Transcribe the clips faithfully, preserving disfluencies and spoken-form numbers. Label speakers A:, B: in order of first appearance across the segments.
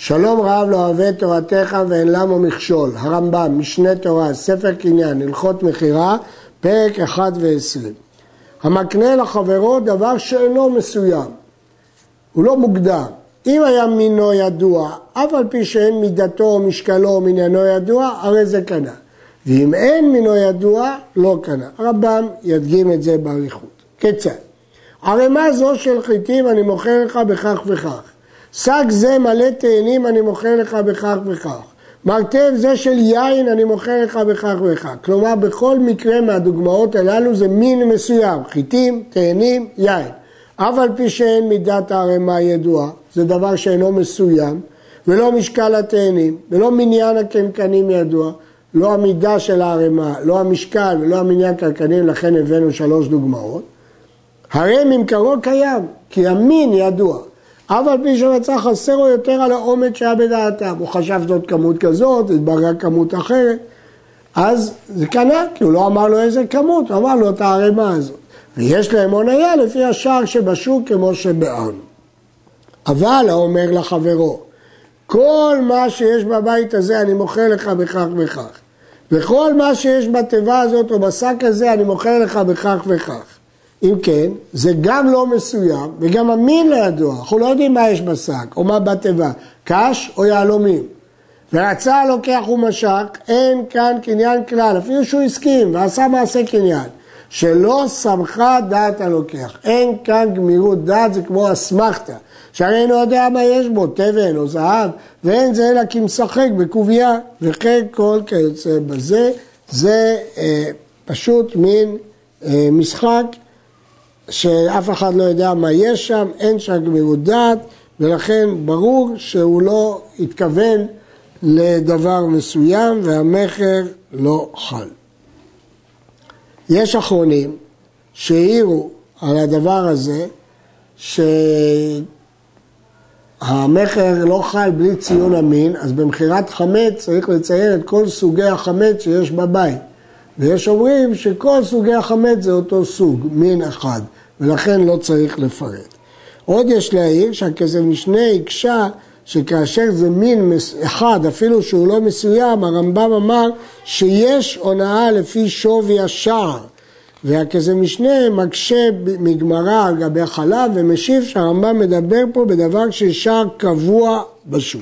A: שלום רב לא אוהב תורתך ואין למו מכשול. הרמב"ם, משנה תורה, ספר קניין, הלכות מכירה, פרק אחד ועשרים. המקנה לחברו דבר שאינו מסוים, הוא לא מוגדר. אם היה מינו ידוע, אף על פי שאין מידתו או משקלו או מניינו ידוע, הרי זה קנה. ואם אין מינו ידוע, לא קנה. הרמב"ם ידגים את זה באריכות. כיצד? ערימה זו של חיטים אני מוכר לך בכך וכך. שק זה מלא תאנים אני מוכר לך בכך וכך. מרתף זה של יין אני מוכר לך בכך וכך. כלומר, בכל מקרה מהדוגמאות הללו זה מין מסוים. חיטים, תאנים, יין. אף על פי שאין מידת הערימה ידועה, זה דבר שאינו מסוים, ולא משקל התאנים, ולא מניין הקנקנים ידוע, לא המידה של הערימה, לא המשקל ולא המניין הקנקנים, לכן הבאנו שלוש דוגמאות. הרי ממכרו קיים, כי המין ידוע. אף על פי שמצא חסר או יותר על העומד שהיה בדעתם. הוא חשב זאת כמות כזאת, התברר כמות אחרת. אז זה קנה, כי הוא לא אמר לו איזה כמות, הוא אמר לו את הערימה הזאת. ויש להם הונאה לפי השער שבשוק כמו שבארנו. אבל האומר לחברו, כל מה שיש בבית הזה אני מוכר לך בכך וכך. וכל מה שיש בתיבה הזאת או בשק הזה אני מוכר לך בכך וכך. אם כן, זה גם לא מסוים וגם המין לא ידוע. אנחנו לא יודעים מה יש בשק או מה בתיבה, קש או יהלומים. ורצה הלוקח ומשק, אין כאן קניין כלל, אפילו שהוא הסכים ועשה מעשה קניין. שלא שמחה דעת הלוקח. אין כאן גמירות דעת, זה כמו אסמכתא. שהרי אינו יודע מה יש בו, תבן או זהב, ואין זה אלא כי משחק בקובייה, וכן כל כיוצא בזה, זה אה, פשוט מין אה, משחק, שאף אחד לא יודע מה יש שם, אין שם גמירות דעת, ולכן ברור שהוא לא התכוון לדבר מסוים, והמכר לא חל. יש אחרונים שהעירו על הדבר הזה, שהמכר לא חל בלי ציון המין, אז במחירת חמץ צריך לציין את כל סוגי החמץ שיש בבית. ויש אומרים שכל סוגי החמץ זה אותו סוג, מין אחד, ולכן לא צריך לפרט. עוד יש להעיר שהכסף משנה הקשה שכאשר זה מין אחד, אפילו שהוא לא מסוים, הרמב"ם אמר שיש הונאה לפי שווי השער. והכסף משנה מקשה מגמרא על גבי חלב ומשיב שהרמב"ם מדבר פה בדבר ששער קבוע בשוק.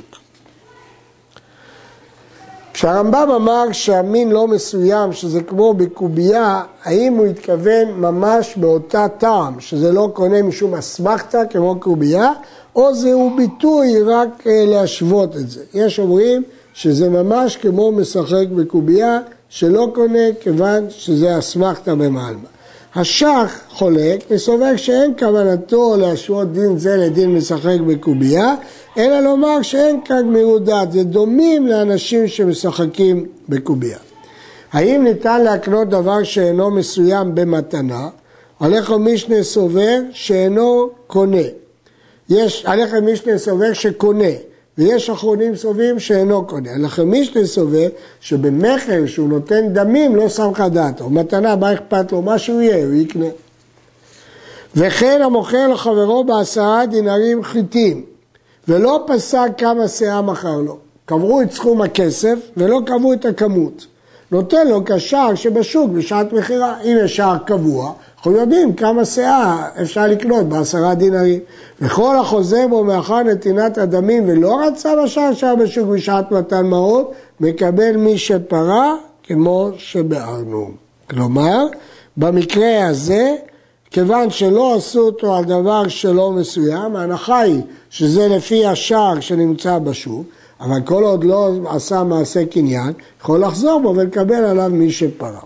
A: כשהרמב"ם אמר שהמין לא מסוים, שזה כמו בקובייה, האם הוא התכוון ממש באותה טעם, שזה לא קונה משום אסמכתא כמו קובייה, או זהו ביטוי רק להשוות את זה. יש אומרים שזה ממש כמו משחק בקובייה, שלא קונה כיוון שזה אסמכתא במעלמא. השח חולק וסובר שאין כוונתו להשוות דין זה לדין משחק בקובייה, אלא לומר שאין כאן גמירות דעת, זה דומים לאנשים שמשחקים בקובייה. האם ניתן להקנות דבר שאינו מסוים במתנה? הלכה משנה סובר שאינו קונה. יש הלכה משנה סובר שקונה, ויש אחרונים סוברים שאינו קונה. הלכה משנה סובר שבמכר שהוא נותן דמים לא שמחה דעתו. מתנה, מה אכפת לו? מה שהוא יהיה, הוא יקנה. וכן המוכר לחברו בעשרה דינרים חיטים, ולא פסק כמה שאה מכר לו. קבעו את סכום הכסף ולא קבעו את הכמות. נותן לו כשער שבשוק בשעת מחירה. אם יש שער קבוע, אנחנו יודעים כמה שאה אפשר לקנות בעשרה דינרים. וכל החוזר בו מאחר נתינת הדמים ולא רצה בשער שער בשוק בשעת מתן מעות, מקבל מי שפרה כמו שבארנו. כלומר, במקרה הזה, כיוון שלא עשו אותו על דבר שלא מסוים, ההנחה היא שזה לפי השער שנמצא בשוק, אבל כל עוד לא עשה מעשה קניין, יכול לחזור בו ולקבל עליו מי שפרה.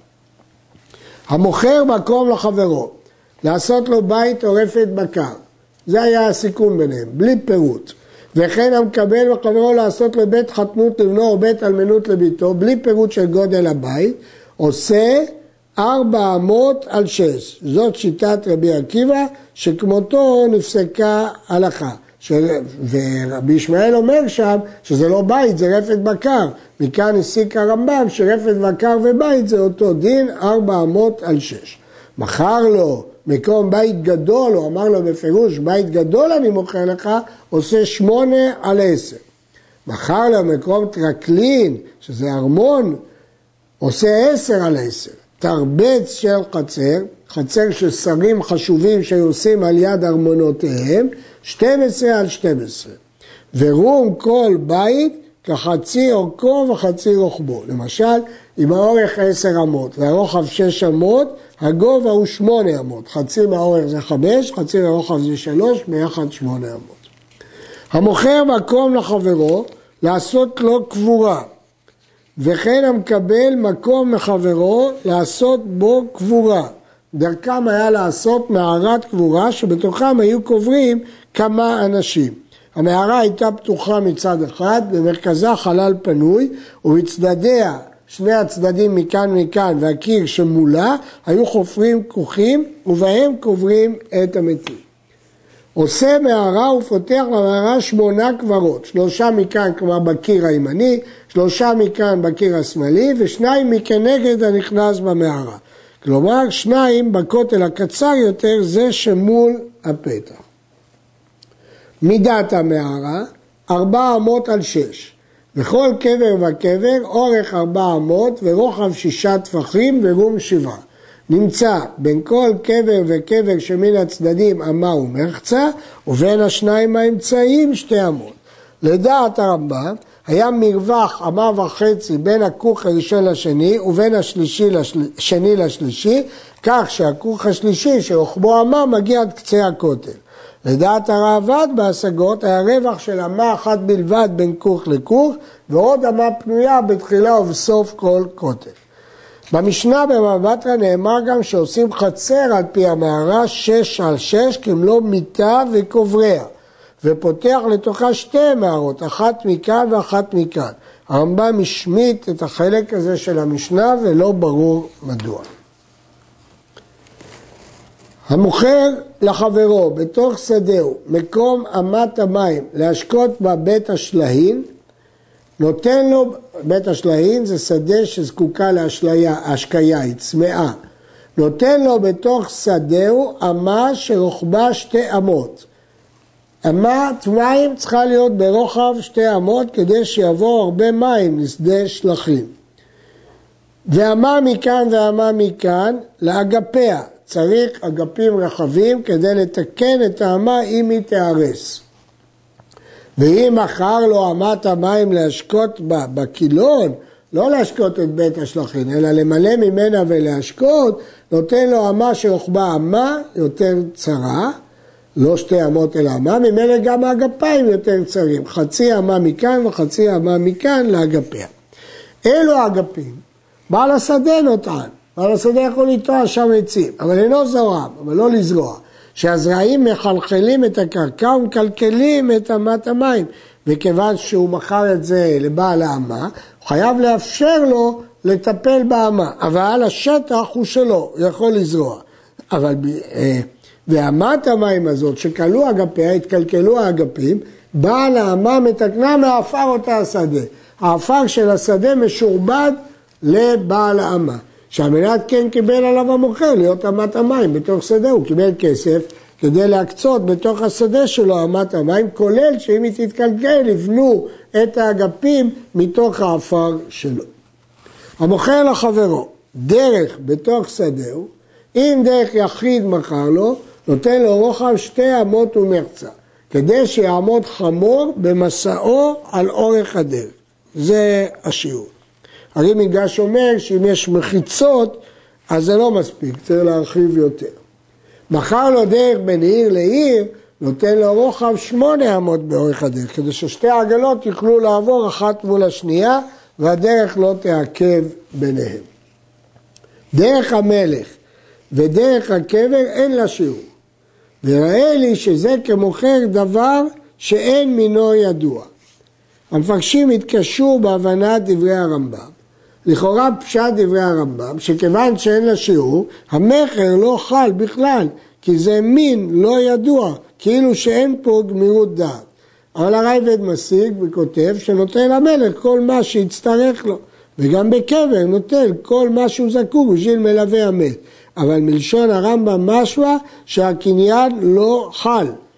A: המוכר מקום לחברו, לעשות לו בית או רפת בקר, זה היה הסיכום ביניהם, בלי פירוט. וכן המקבל לחברו לעשות לו בית חתנות לבנו או בית אלמנות לביתו, בלי פירוט של גודל הבית, עושה ארבע אמות על שש. זאת שיטת רבי עקיבא, שכמותו נפסקה הלכה. ש... ורבי ישמעאל אומר שם שזה לא בית, זה רפת בקר. מכאן הסיק הרמב"ם שרפת בקר ובית זה אותו דין, ארבע אמות על שש. מכר לו מקום בית גדול, הוא אמר לו בפירוש, בית גדול אני מוכר לך, עושה שמונה על עשר. מכר לו מקום טרקלין, שזה ארמון, עושה עשר על עשר. תרבץ של חצר, חצר של שרים חשובים שעושים על יד ארמונותיהם, שתים עשרה על שתים עשרה. ורום כל בית כחצי אורכו וחצי רוחבו. למשל, אם האורך עשר אמות והרוחב שש אמות, הגובה הוא שמונה אמות. חצי מהאורך זה חמש, חצי מהרוחב זה שלוש, ביחד שמונה אמות. המוכר מקום לחברו לעשות לו קבורה, וכן המקבל מקום מחברו לעשות בו קבורה. דרכם היה לעשות מערת קבורה שבתוכם היו קוברים כמה אנשים. המערה הייתה פתוחה מצד אחד, במרכזה חלל פנוי, ובצדדיה, שני הצדדים מכאן מכאן והקיר שמולה, היו חופרים כוכים ובהם קוברים את המתים. עושה מערה ופותח למערה שמונה קברות, שלושה מכאן כלומר בקיר הימני, שלושה מכאן בקיר השמאלי ושניים מכנגד הנכנס במערה. כלומר שניים בכותל הקצר יותר, זה שמול הפתח. מידת המערה, ארבע אמות על שש, וכל קבר וקבר אורך ארבע אמות ורוחב שישה טפחים ורום שבעה. נמצא בין כל קבר וקבר שמן הצדדים אמה ומחצה, ובין השניים האמצעיים שתי אמות. לדעת הרמב"ם, היה מרווח אמה וחצי בין הכוך הראשון לשני ובין השלישי לשני לשלישי, כך שהכוך השלישי שרוחבו אמה מגיע עד קצה הכותל. לדעת הראב"ד בהשגות היה רווח של אמה אחת בלבד בין כוך לכוך, ועוד אמה פנויה בתחילה ובסוף כל כותל. במשנה בבבא בתרא נאמר גם שעושים חצר על פי המערה שש על שש כמלוא מיטה וקובריה, ופותח לתוכה שתי מערות, אחת מכאן ואחת מכאן. הרמב"ם השמיט את החלק הזה של המשנה ולא ברור מדוע. המוכר לחברו בתוך שדהו מקום אמת המים להשקות בה בית השלהין, נותן לו, בית השלהין זה שדה שזקוקה להשליה, השקיה, היא צמאה. נותן לו בתוך שדהו אמה שרוחבה שתי אמות. אמת מים צריכה להיות ברוחב שתי אמות כדי שיבוא הרבה מים לשדה שלחים. ואמה מכאן ואמה מכאן לאגפיה. צריך אגפים רחבים כדי לתקן את האמה אם היא תארס. ואם מכר לו אמת המים להשקות בה בקילון, לא להשקות את בית השלחין, אלא למלא ממנה ולהשקות, נותן לו אמה שרוחבה אמה יותר צרה, לא שתי אמות אלא אמה, ממילא גם האגפיים יותר צרים, חצי אמה מכאן וחצי אמה מכאן לאגפיה. אלו האגפים, בעל השדה נותן, בעל השדה יכול לטוע שם עצים, אבל אינו זורם, אבל לא לזרוע. שהזרעים מחלחלים את הקרקע ומקלקלים את אמת המים, וכיוון שהוא מכר את זה לבעל האמה, הוא חייב לאפשר לו לטפל באמה, אבל השטח הוא שלו, הוא יכול לזרוע. אבל ואמת המים הזאת שקלו אגפיה, התקלקלו האגפים, בעל האמה מתקנה מאפר אותה השדה. האפר של השדה משורבד לבעל האמה. שהמנת כן קיבל עליו המוכר להיות אמת המים בתוך שדה, הוא קיבל כסף כדי להקצות בתוך השדה שלו אמת המים, כולל שאם היא תתקלקל יבנו את האגפים מתוך האפר שלו. המוכר לחברו דרך בתוך שדהו, אם דרך יחיד מכר לו, נותן לו רוחב שתי אמות ומחצה, כדי שיעמוד חמור במסעו על אורך הדרך. זה השיעור. הרי מיגש אומר שאם יש מחיצות, אז זה לא מספיק, צריך להרחיב יותר. מכר לו דרך בין עיר לעיר, נותן לו רוחב שמונה אמות באורך הדרך, כדי ששתי העגלות יוכלו לעבור אחת מול השנייה, והדרך לא תעכב ביניהם. דרך המלך ודרך הקבר אין לה שיעור. וראה לי שזה כמוכר דבר שאין מינו ידוע. המפרשים התקשו בהבנת דברי הרמב"ם. לכאורה פשט דברי הרמב"ם, שכיוון שאין לה שיעור, המכר לא חל בכלל, כי זה מין לא ידוע, כאילו שאין פה גמירות דעת. אבל הרייבד משיג וכותב שנותן למלך כל מה שיצטרך לו, וגם בקבר נותן כל מה שהוא זקוק בשביל מלווה המת. אבל מלשון הרמב"ם משמע שהקניין לא חל.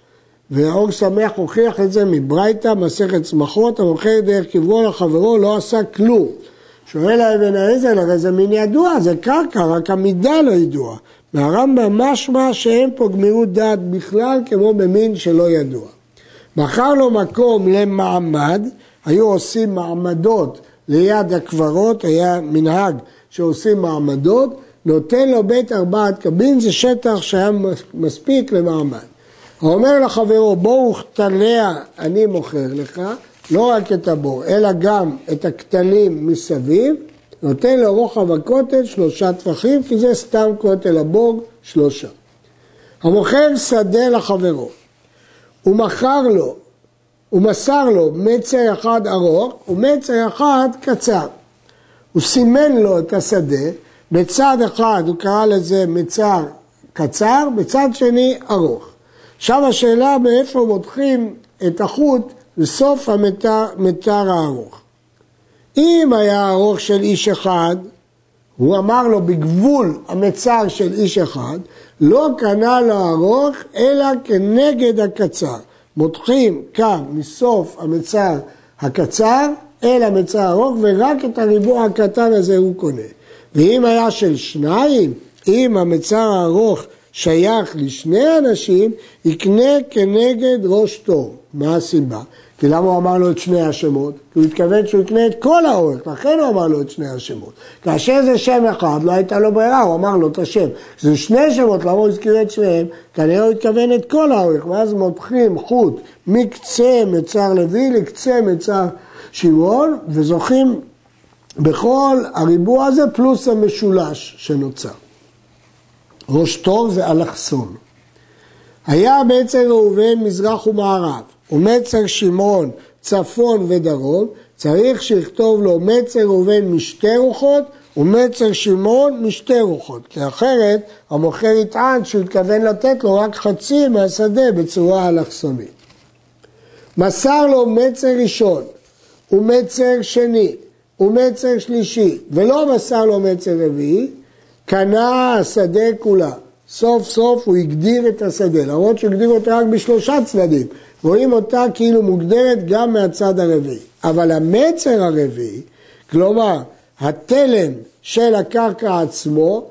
A: והאור שמח הוכיח את זה מברייתא, מסכת שמחות, המוכר דרך קברו לחברו לא עשה כלום. שואל האבן העזר, הרי זה מין ידוע, זה קרקע, רק המידה לא ידוע. והרמב"ם משמע שאין פה גמירות דעת בכלל כמו במין שלא ידוע. בחר לו מקום למעמד, היו עושים מעמדות ליד הקברות, היה מנהג שעושים מעמדות, נותן לו בית ארבעת קבין, זה שטח שהיה מספיק למעמד. הוא אומר לחברו, בואו קטניה אני מוכר לך, לא רק את הבור, אלא גם את הקטנים מסביב, נותן לו רוחב הכותל שלושה טפחים, כי זה סתם כותל הבור שלושה. המוכר שדה לחברו, הוא מכר לו, הוא מסר לו מצר אחד ארוך ומצר אחד קצר. הוא סימן לו את השדה, בצד אחד הוא קרא לזה מצר קצר, בצד שני ארוך. עכשיו השאלה מאיפה מותחים את החוט לסוף המטר הארוך. אם היה ארוך של איש אחד, הוא אמר לו בגבול המצר של איש אחד, לא קנה לו ארוך אלא כנגד הקצר. מותחים כאן מסוף המצר הקצר אל המצר הארוך, ורק את הריבוע הקטן הזה הוא קונה. ואם היה של שניים, אם המצר הארוך שייך לשני אנשים, יקנה כנגד ראש תור. מה הסיבה? כי למה הוא אמר לו את שני השמות? כי הוא התכוון שהוא יקנה את כל האורך, לכן הוא אמר לו את שני השמות. כאשר זה שם אחד, לא הייתה לו ברירה, הוא אמר לו את השם. זה שני שמות, למה הוא הזכיר את שניהם? כנראה הוא התכוון את כל האורך, ואז מותחים חוט מקצה מצר לוי לקצה מצר שמעון, וזוכים בכל הריבוע הזה פלוס המשולש שנוצר. ראש תור זה אלכסון. היה מצר ראובן מזרח ומערב, ומצר שמעון צפון ודרום, צריך שיכתוב לו מצר ראובן משתי רוחות, ומצר שמעון משתי רוחות, כי אחרת המוכר יטען שהוא התכוון לתת לו רק חצי מהשדה בצורה אלכסונית. מסר לו מצר ראשון, ומצר שני, ומצר שלישי, ולא מסר לו מצר רביעי, קנה השדה כולה. סוף סוף הוא הגדיר את השדה, למרות שהוא הגדיר אותה רק בשלושה צדדים. רואים אותה כאילו מוגדרת גם מהצד הרביעי. אבל המצר הרביעי, כלומר התלם של הקרקע עצמו,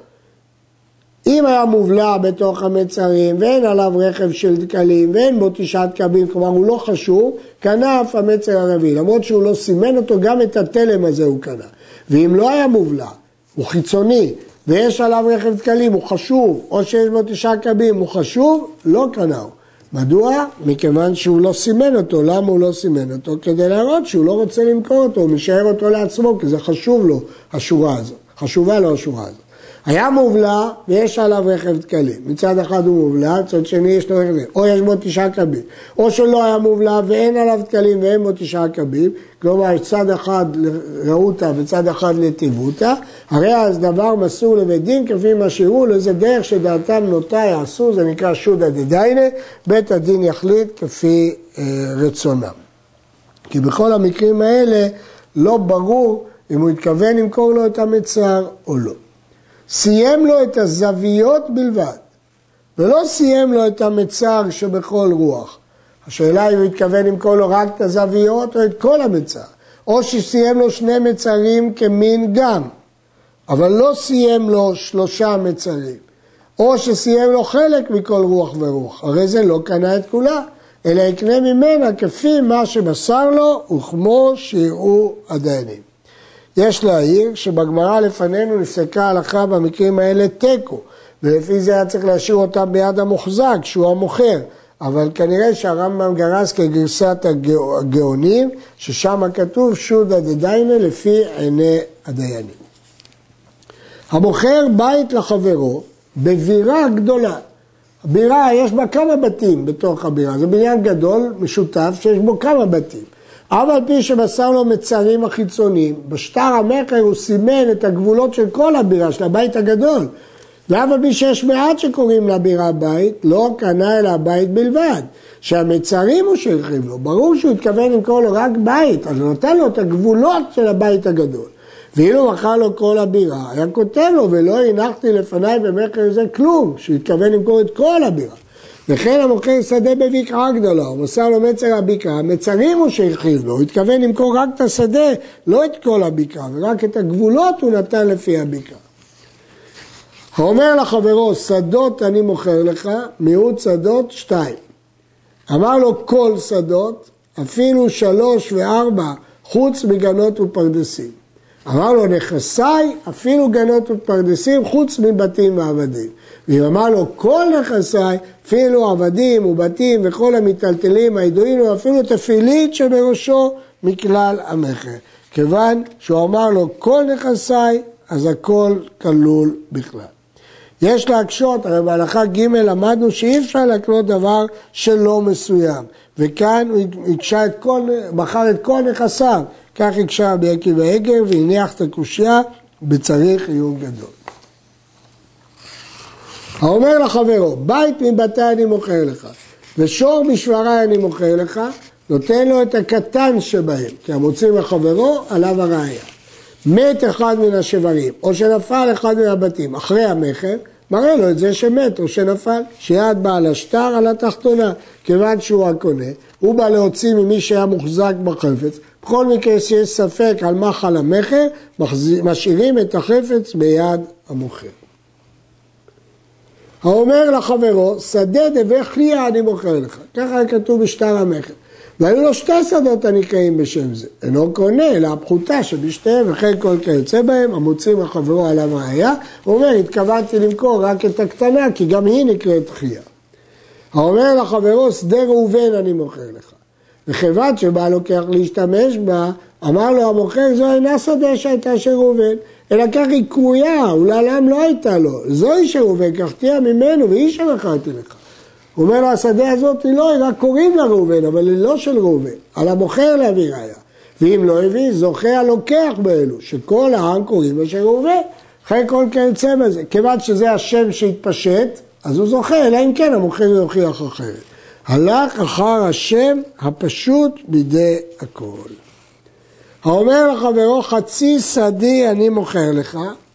A: אם היה מובלע בתוך המצרים ואין עליו רכב של דקלים ואין בו תשעת קבין, כלומר הוא לא חשוב, קנה אף המצר הרביעי. למרות שהוא לא סימן אותו, גם את התלם הזה הוא קנה. ואם לא היה מובלע, הוא חיצוני, ויש עליו רכב דקלים, הוא חשוב, או שיש בו תשעה קבים, הוא חשוב, לא קנאו. מדוע? מכיוון שהוא לא סימן אותו. למה הוא לא סימן אותו? כדי להראות שהוא לא רוצה למכור אותו, הוא משאר אותו לעצמו, כי זה חשוב לו, השורה הזו. חשובה לו השורה הזו. היה מובלע ויש עליו רכב דקלים. מצד אחד הוא מובלע, מצד שני יש לו רכב דקלים. או יש בו תשעה קבים. או שלא היה מובלע ואין עליו דקלים ואין בו תשעה קבים. כלומר, יש צד אחד לרעותה וצד אחד לטיבותה. הרי אז דבר מסור לבית דין כפי מה שיראו, לאיזה דרך שדעתם נוטה יעשו, זה נקרא שודא דדיינה, בית הדין יחליט כפי אה, רצונם. כי בכל המקרים האלה לא ברור אם הוא התכוון למכור לו את המצר או לא. סיים לו את הזוויות בלבד, ולא סיים לו את המצר שבכל רוח. השאלה היא אם הוא התכוון למכור לו רק את הזוויות או את כל המצר, או שסיים לו שני מצרים כמין גם, אבל לא סיים לו שלושה מצרים, או שסיים לו חלק מכל רוח ורוח, הרי זה לא קנה את כולה, אלא יקנה ממנה כפי מה שמסר לו וכמו שיראו הדיינים. יש להעיר שבגמרא לפנינו נפסקה הלכה במקרים האלה תיקו, ולפי זה היה צריך להשאיר אותם ביד המוחזק, שהוא המוכר, אבל כנראה שהרמב"ם גרס כגרסת הגאונים, ששם כתוב שודא דדיינה לפי עיני הדיינים. המוכר בית לחברו בבירה גדולה. הבירה יש בה כמה בתים בתוך הבירה, זה בניין גדול משותף שיש בו כמה בתים. אבל על פי שמסר לו מצרים החיצוניים, בשטר המכר הוא סימן את הגבולות של כל הבירה, של הבית הגדול. ואף על פי שיש מעט שקוראים לבירה בית, לא קנה אלא הבית בלבד. שהמצרים הוא שהרחיב לו, ברור שהוא התכוון למכור לו רק בית, אז הוא נותן לו את הגבולות של הבית הגדול. ואילו מכר לו כל הבירה, היה כותב לו, ולא הנחתי לפניי במכר זה כלום, שהוא התכוון למכור את כל הבירה. וכן המוכר שדה בבקעה גדולה, הוא מוסר לו מצר הבקעה, מצרים הוא שהרחיב לו, הוא התכוון למכור רק את השדה, לא את כל הבקעה, ורק את הגבולות הוא נתן לפי הבקעה. האומר לחברו, שדות אני מוכר לך, מיעוט שדות שתיים. אמר לו כל שדות, אפילו שלוש וארבע, חוץ מגנות ופרדסים. אמר לו נכסיי, אפילו גנות ופרדסים, חוץ מבתים ועבדים. ואם אמר לו כל נכסיי, אפילו עבדים ובתים וכל המטלטלים הידועים לו, אפילו תפילית שבראשו מכלל המכר. כיוון שהוא אמר לו כל נכסיי, אז הכל כלול בכלל. יש להקשות, הרי בהלכה ג' למדנו שאי אפשר לקנות דבר שלא מסוים. וכאן הוא הקשה את כל, בחר את כל נכסיו. כך הקשה רבי עקיבא איגר והניח את הקושיה בצריך עיון גדול. האומר לחברו, בית מבתי אני מוכר לך, ושור משברי אני מוכר לך, נותן לו את הקטן שבהם, כי המוציא מחברו עליו הראיה. מת אחד מן השברים, או שנפל אחד מן הבתים, אחרי המכר, מראה לו את זה שמת או שנפל, שיד בעל השטר על התחתונה, כיוון שהוא הקונה, הוא בא להוציא ממי שהיה מוחזק בחפץ, בכל מקרה שיש ספק על מה חל המכר, משאירים את החפץ ביד המוכר. האומר לחברו, שדה דבי חליה אני מוכר לך, ככה כתוב בשטר המכר. והיו לו שתי שדות הנקראים בשם זה, אינו קונה, אלא הפחותה שבשתיהם וכן כל כיוצא בהם, המוציא מחברו עליו ראיה, הוא אומר, התכוונתי למכור רק את הקטנה, כי גם היא נקראת חליה. האומר לחברו, שדה ראובן אני מוכר לך. וכיוון שבא לוקח להשתמש בה, אמר לו המוכר, זו אינה שדה שהייתה של ראובן, אלא כך היא קרויה, אולי להם לא הייתה לו, זוהי של ראובן, קחתיה ממנו והיא שמכרתי לך. הוא אומר לו, השדה הזאת היא לא, היא רק קוראים לה ראובן, אבל היא לא של ראובן, על המוכר להביא ראיה. ואם לא הביא, זוכה הלוקח באלו, שכל העם קוראים לו של ראובן, אחרי כל כיוצא בזה. כיוון שזה השם שהתפשט, אז הוא זוכה, אלא אם כן המוכר יוכיח אחרת. הלך אחר השם הפשוט בידי הכל. האומר לחברו, חצי שדי אני מוכר לך,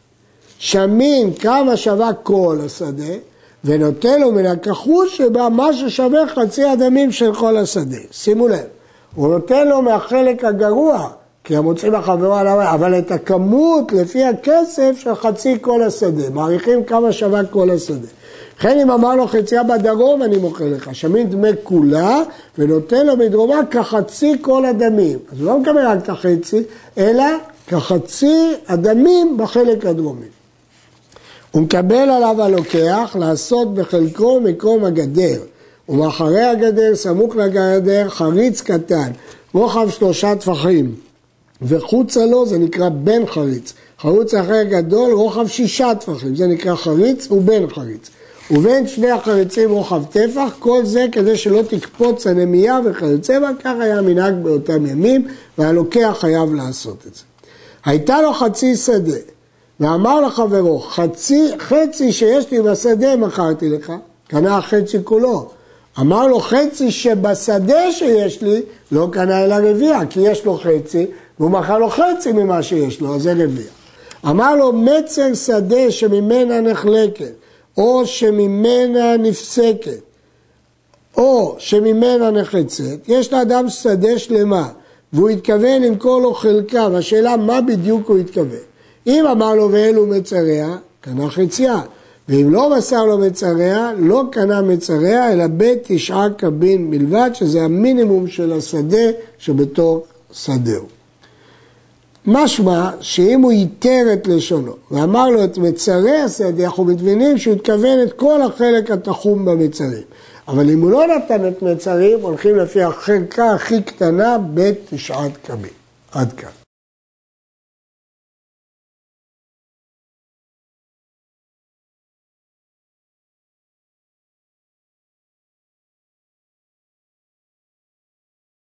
A: שמין כמה שווה כל השדה, ונותן לו מן הכחוש שבה מה ששווה חצי הדמים של כל השדה. שימו לב, הוא נותן לו מהחלק הגרוע, כי המוצאים לחברו עליו, אבל את הכמות לפי הכסף של חצי כל השדה, מעריכים כמה שווה כל השדה. לכן אם אמר לו חציה בדרום אני מוכר לך, שמין דמי כולה, ונותן לו מדרומה כחצי כל הדמים. אז הוא לא מקבל רק את החצי, אלא כחצי הדמים בחלק הדרומי. הוא מקבל עליו הלוקח לעשות בחלקו מקום הגדר, ומאחרי הגדר, סמוך לגדר, חריץ קטן, רוחב שלושה טפחים, וחוצה לו זה נקרא בן חריץ, חרוץ אחרי גדול, רוחב שישה טפחים, זה נקרא חריץ ובן חריץ. ובין שני החריצים רוחב טפח, כל זה כדי שלא תקפוץ הנמייה וכיוצא בה, כך היה מנהג באותם ימים, והלוקח חייב לעשות את זה. הייתה לו חצי שדה, ואמר לחברו, חצי, חצי שיש לי בשדה מכרתי לך, קנה חצי כולו. אמר לו, חצי שבשדה שיש לי, לא קנה אלא רביע, כי יש לו חצי, והוא מכר לו חצי ממה שיש לו, אז זה רביע. אמר לו, מצר שדה שממנה נחלקת, או שממנה נפסקת, או שממנה נחצת, יש לאדם שדה שלמה, והוא התכוון למכור לו חלקה, והשאלה מה בדיוק הוא התכוון. אם אמר לו ואלו מצריה, קנה חציה, ואם לא מסר לו מצריה, לא קנה מצריה, אלא בית תשעה קבין בלבד, שזה המינימום של השדה שבתור שדהו. משמע שאם הוא ייתר את לשונו ואמר לו את מצרי השדה, אנחנו מבינים שהוא התכוון את כל החלק התחום במצרים. אבל אם הוא לא נתן את מצרים, הולכים לפי החלקה הכי קטנה, בית תשעת קבין. עד כאן.